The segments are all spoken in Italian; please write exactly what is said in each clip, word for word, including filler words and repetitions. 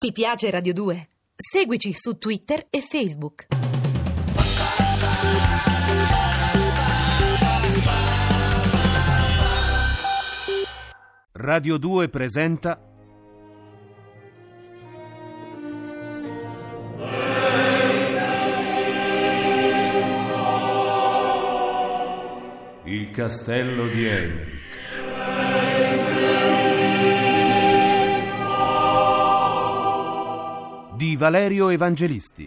Ti piace Radio due? Seguici su Twitter e Facebook. Radio due presenta Il castello di Eimerick di Valerio Evangelisti.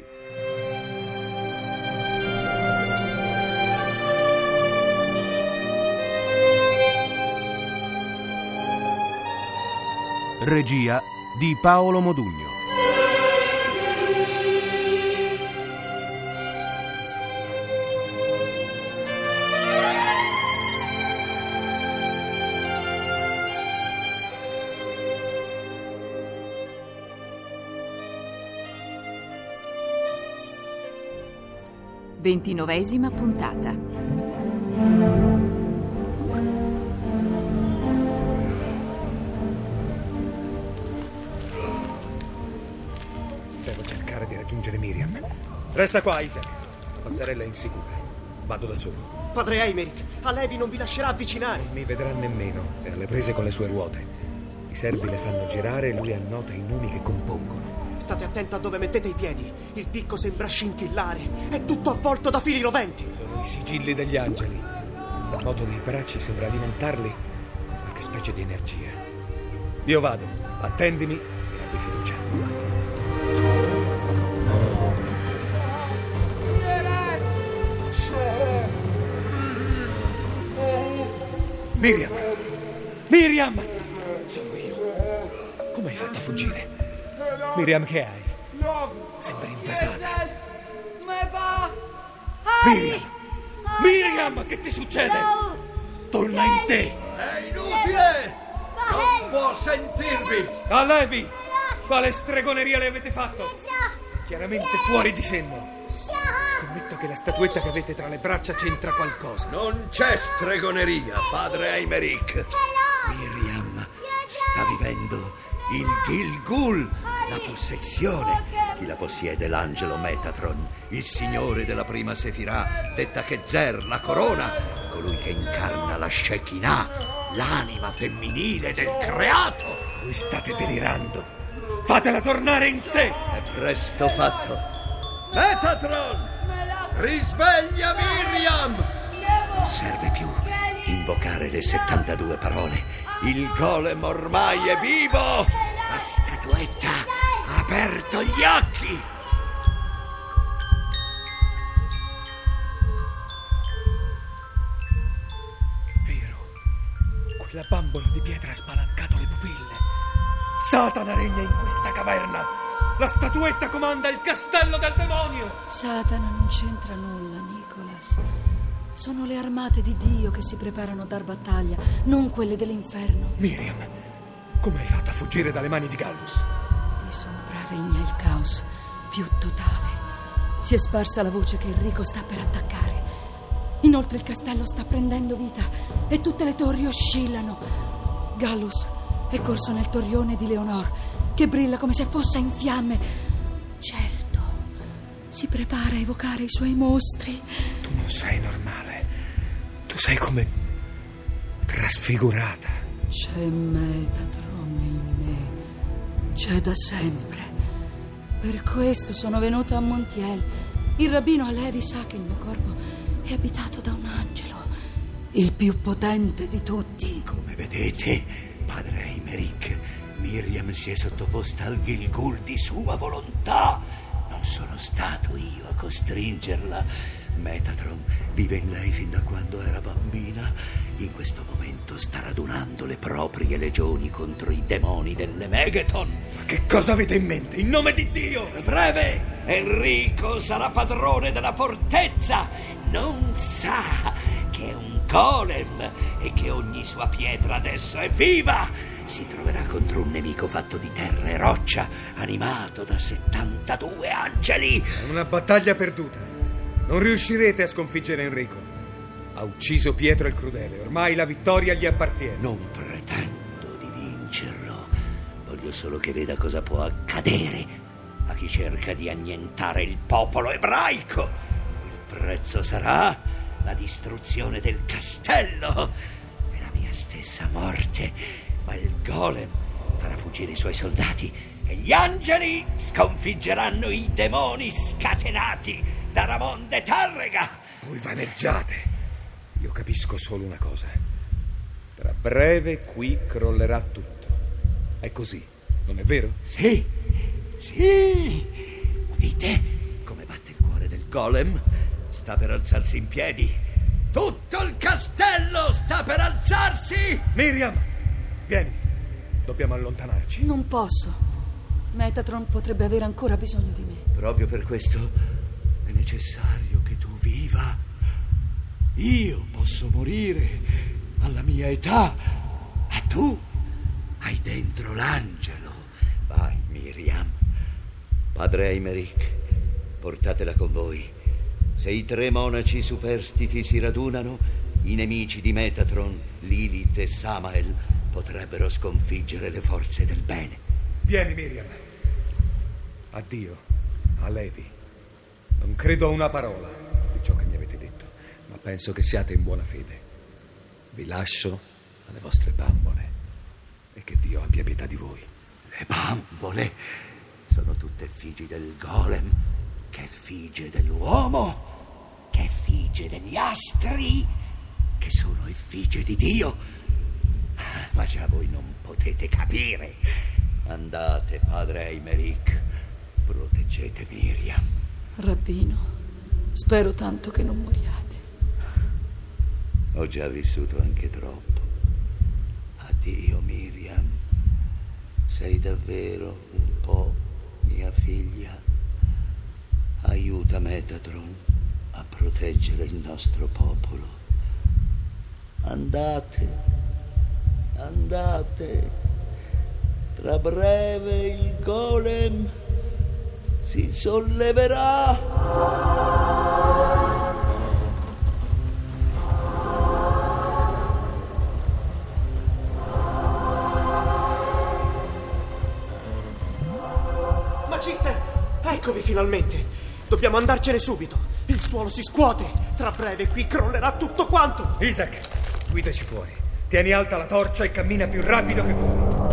Regia di Paolo Modugno. Ventinovesima puntata. Devo cercare di raggiungere Miriam. Resta qua, Isaac. La passerella è insicura. Vado da solo. Padre Eimerick, a Levi non vi lascerà avvicinare. Non mi vedrà nemmeno. È alle prese con le sue ruote. I servi le fanno girare e lui annota i nomi che compongono. State attento a dove mettete i piedi. Il picco sembra scintillare. È tutto avvolto da fili roventi. Sono i sigilli degli angeli. Il moto dei bracci sembra alimentarli con qualche specie di energia. Io vado. Attendimi e abbi fiducia. Miriam! Miriam! Sono io. Come hai fatto a fuggire? Miriam, che hai? Sembri invasata. Miriam! Miriam, che ti succede? Torna in te! È inutile! Non può sentirvi! A Levi! Quale stregoneria le avete fatto? Chiaramente fuori di senno. Scommetto che la statuetta che avete tra le braccia c'entra qualcosa. Non c'è stregoneria, padre Eimerick. Miriam sta vivendo il Gilgul, la possessione. Chi la possiede? L'angelo Metatron, il signore della prima Sefirah, detta Kezer, la corona, colui che incarna la Shekinah, l'anima femminile del creato. Voi state delirando. Fatela tornare in sé. È presto fatto. Metatron, risveglia Miriam. Non serve più invocare le settantadue parole. Il golem ormai è vivo. La statuetta ha aperto gli occhi. Vero, quella bambola di pietra ha spalancato le pupille. Satana regna in questa caverna. La statuetta comanda il castello del demonio. Satana non c'entra nulla, Nicholas. Sono le armate di Dio che si preparano a dar battaglia, non quelle dell'inferno. Miriam, come hai fatto a fuggire dalle mani di Gallus? Di sopra regna il caos più totale. Si è sparsa la voce che Enrico sta per attaccare. Inoltre il castello sta prendendo vita e tutte le torri oscillano. Gallus è corso nel torrione di Leonor, che brilla come se fosse in fiamme. Certo, si prepara a evocare i suoi mostri. Tu non sei normale. Tu sei come trasfigurata. C'è Metatron in me. C'è da sempre. Per questo sono venuta a Montiel. Il rabbino Alevi sa che il mio corpo è abitato da un angelo, il più potente di tutti. Come vedete, padre Eimerick, Miriam si è sottoposta al Gilgul di sua volontà. Non sono stato io a costringerla. Metatron vive in lei fin da quando era bambina. In questo momento sta radunando le proprie legioni contro i demoni delle Megaton. Ma che cosa avete in mente? In nome di Dio! Breve, Enrico sarà padrone della fortezza. Non sa che è un golem e che ogni sua pietra adesso è viva. Si troverà contro un nemico fatto di terra e roccia, animato da settantadue angeli. È una battaglia perduta. Non riuscirete a sconfiggere Enrico. Ha ucciso Pietro il Crudele. Ormai la vittoria gli appartiene. Non pretendo di vincerlo. Voglio Voglio solo che veda cosa può accadere a chi cerca di annientare il popolo ebraico. Il prezzo sarà la distruzione del castello e la mia stessa morte. Ma il golem farà fuggire i suoi soldati e gli angeli sconfiggeranno i demoni scatenati da Ramon de Tárrega. Voi vaneggiate. Io capisco solo una cosa. Tra breve qui crollerà tutto. È così, non è vero? Sì, sì. Udite come batte il cuore del golem? Sta per alzarsi in piedi. Tutto il castello sta per alzarsi. Miriam, vieni. Dobbiamo allontanarci. Non posso. Metatron potrebbe avere ancora bisogno di me. Proprio per questo è necessario che tu viva. Io posso morire alla mia età, ma tu hai dentro l'angelo. Vai, Miriam. Padre Aymeric, portatela con voi. Se i tre monaci superstiti si radunano, i nemici di Metatron, Lilith e Samael potrebbero sconfiggere le forze del bene. Vieni, Miriam. Addio a Levi. Non credo a una parola di ciò che mi avete detto, ma penso che siate in buona fede. Vi lascio alle vostre bambole e che Dio abbia pietà di voi. Le bambole sono tutte figlie del golem, che è figlie dell'uomo, che è figlie degli astri, che sono effige di Dio. Ma già voi non potete capire. Andate, padre Aymeric, proteggete Miriam. Rabbino, spero tanto che non moriate. Ho già vissuto anche troppo. Addio, Miriam. Sei davvero un po' mia figlia. Aiuta Metatron a proteggere il nostro popolo. Andate, andate. Tra breve il golem si solleverà. Magister, eccovi finalmente. Dobbiamo andarcene subito. Il suolo si scuote. Tra breve qui crollerà tutto quanto. Isaac, guidaci fuori. Tieni alta la torcia e cammina più rapido che puoi.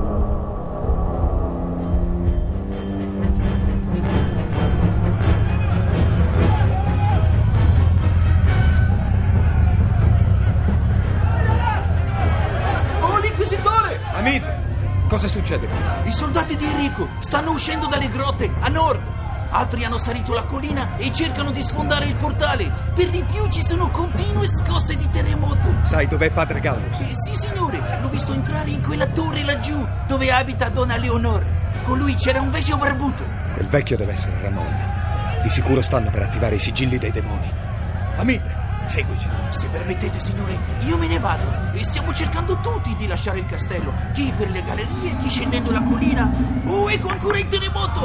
Hamid, cosa succede qui? I soldati di Enrico stanno uscendo dalle grotte a nord. Altri hanno salito la collina e cercano di sfondare il portale. Per di più ci sono continue scosse di terremoto. Sai dov'è padre Gallus? Eh, sì, signore, l'ho visto entrare in quella torre laggiù dove abita donna Leonor. Con lui c'era un vecchio barbuto. Quel vecchio deve essere Ramon. Di sicuro stanno per attivare i sigilli dei demoni. Hamid, seguici. Se permettete, signore, io me ne vado. E stiamo cercando tutti di lasciare il castello. Chi per le gallerie, chi scendendo la collina. Oh, ecco ancora il terremoto.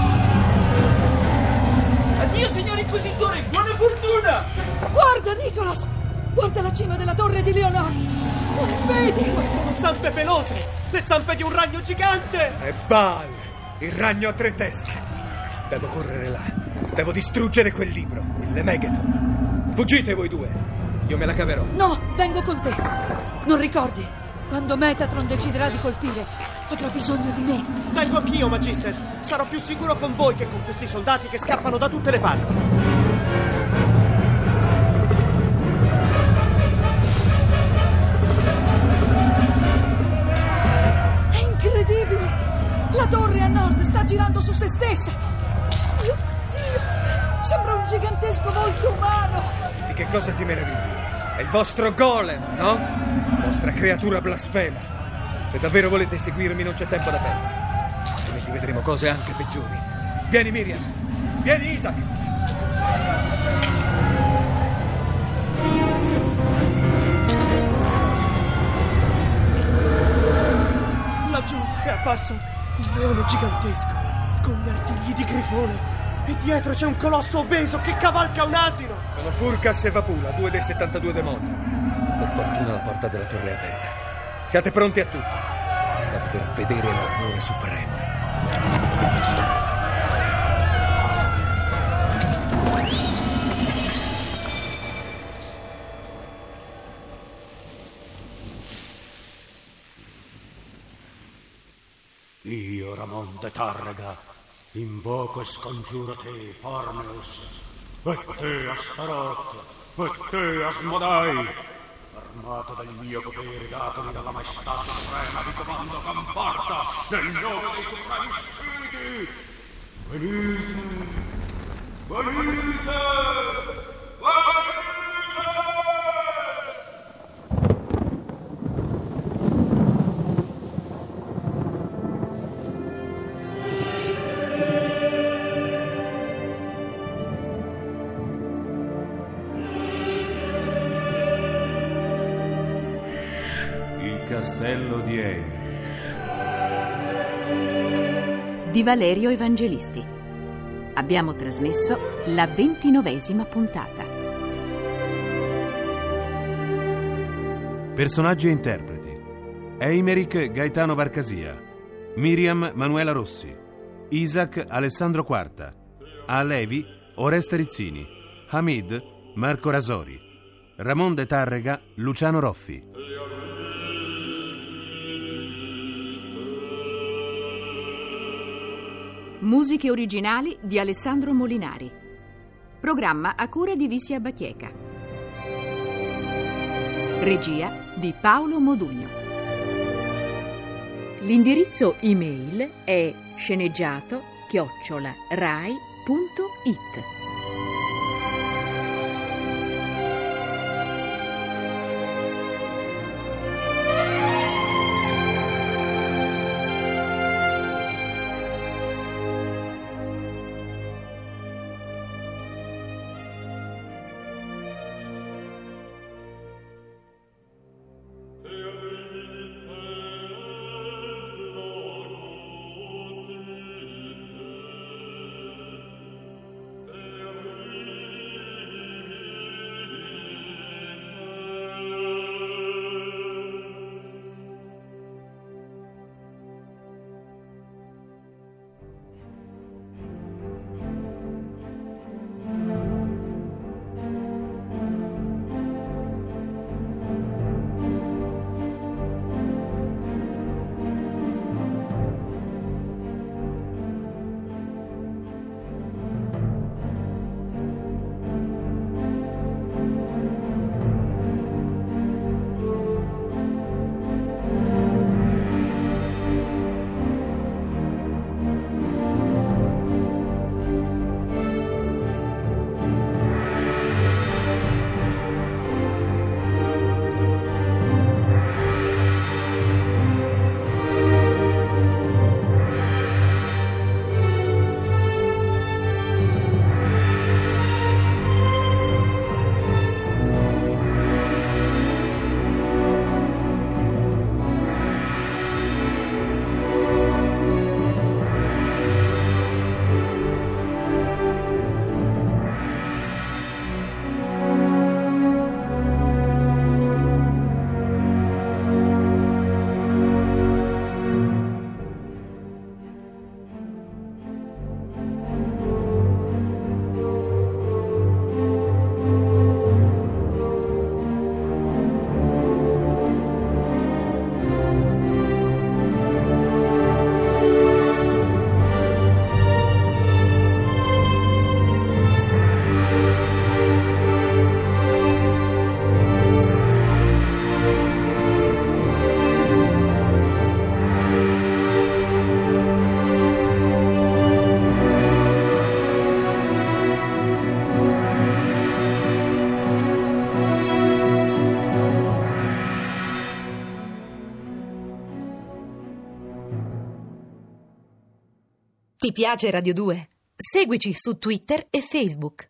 Addio, signor Inquisitore, buona fortuna. Guarda, Nicholas. Guarda la cima della torre di Leonor. Non vedi? Sono zampe pelose, le zampe di un ragno gigante. È Baal, il ragno a tre teste. Devo correre là. Devo distruggere quel libro, il Lemegeton. Fuggite voi due, io me la caverò. No, vengo con te. Non ricordi? Quando Metatron deciderà di colpire, avrà bisogno di me. Vengo anch'io, Magister. Sarò più sicuro con voi che con questi soldati che scappano da tutte le parti. È incredibile! La torre a nord sta girando su se stessa. Mio Dio! Sembra un gigantesco volto umano. Di che cosa ti meravigli? È il vostro golem, no? Vostra creatura blasfema. Se davvero volete seguirmi non c'è tempo da perdere. Altrimenti vedremo cose anche peggiori. Vieni Miriam. Vieni Isaac. Laggiù è apparso un leone gigantesco con gli artigli di grifone. E dietro c'è un colosso obeso che cavalca un asino. Sono Furcas e Vapula, due dei settantadue demoni. Per fortuna la porta della torre è aperta. Siate pronti a tutto. basta poter vedere l'orrore supremo. Io, Ramon de Tarrega, invoco e scongiuro te, Formeus, e te, Astaroth, e te, Asmodai, armato del mio potere datomi dalla maestà suprema, vi comando con forza nel nome dei supremi spiriti. Venite, venite, venite! Castello di Emerick di Valerio Evangelisti. Abbiamo trasmesso la ventinovesima puntata. Personaggi e interpreti: Emerick Gaetano Varcasia, Miriam Manuela Rossi, Isaac Alessandro Quarta, Alevi Oreste Rizzini, Hamid Marco Rasori, Ramon de Tarrega Luciano Roffi. Musiche originali di Alessandro Molinari. Programma a cura di Visia Bachieca. Regia di Paolo Modugno. L'indirizzo email è sceneggiato chiocciola rai punto it. Ti piace Radio due? Seguici su Twitter e Facebook.